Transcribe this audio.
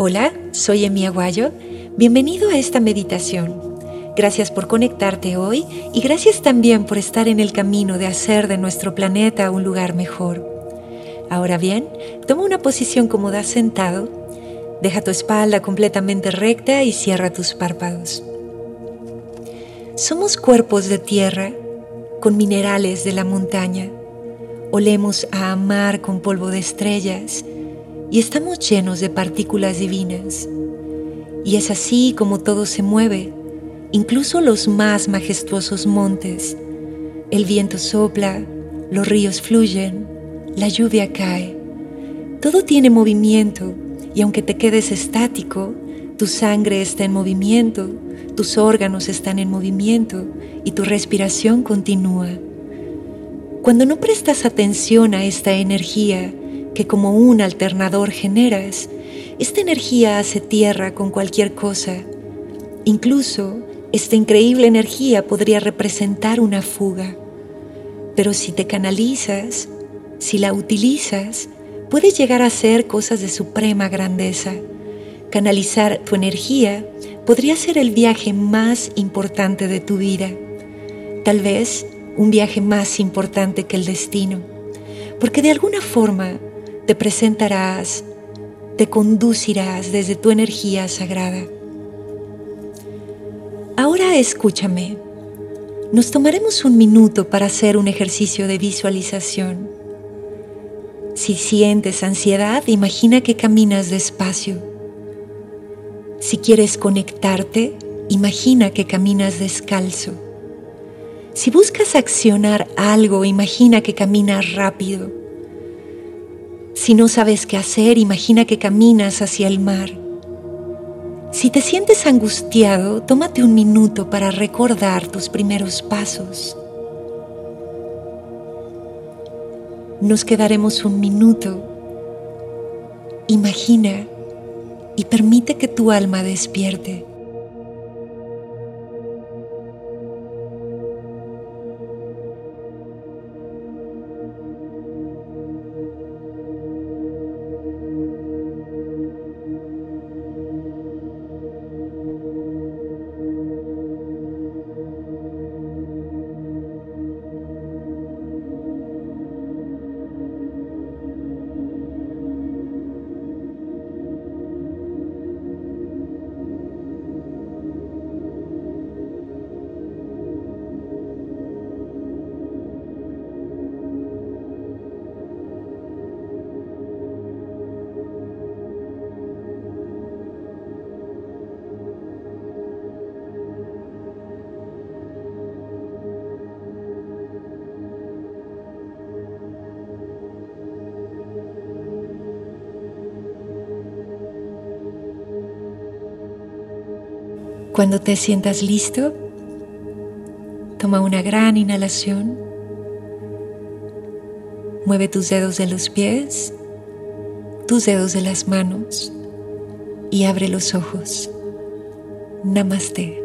Hola, soy Emi Aguayo. Bienvenido a esta meditación. Gracias por conectarte hoy y gracias también por estar en el camino de hacer de nuestro planeta un lugar mejor. Ahora bien, toma una posición cómoda sentado, deja tu espalda completamente recta y cierra tus párpados. Somos cuerpos de tierra con minerales de la montaña. Olemos a mar con polvo de estrellas y estamos llenos de partículas divinas. Y es así como todo se mueve, incluso los más majestuosos montes. El viento sopla, los ríos fluyen, la lluvia cae. Todo tiene movimiento y aunque te quedes estático, tu sangre está en movimiento, tus órganos están en movimiento y tu respiración continúa. Cuando no prestas atención a esta energía que como un alternador generas, esta energía hace tierra con cualquier cosa. Incluso esta increíble energía podría representar una fuga. Pero si te canalizas, si la utilizas, puedes llegar a hacer cosas de suprema grandeza. Canalizar tu energía podría ser el viaje más importante de tu vida. Tal vez un viaje más importante que el destino, porque de alguna forma te presentarás, te conducirás desde tu energía sagrada. Ahora escúchame. Nos tomaremos un minuto para hacer un ejercicio de visualización. Si sientes ansiedad, imagina que caminas despacio. Si quieres conectarte, imagina que caminas descalzo. Si buscas accionar algo, imagina que caminas rápido. Si no sabes qué hacer, imagina que caminas hacia el mar. Si te sientes angustiado, tómate un minuto para recordar tus primeros pasos. Nos quedaremos un minuto. Imagina y permite que tu alma despierte. Cuando te sientas listo, toma una gran inhalación, mueve tus dedos de los pies, tus dedos de las manos y abre los ojos. Namaste.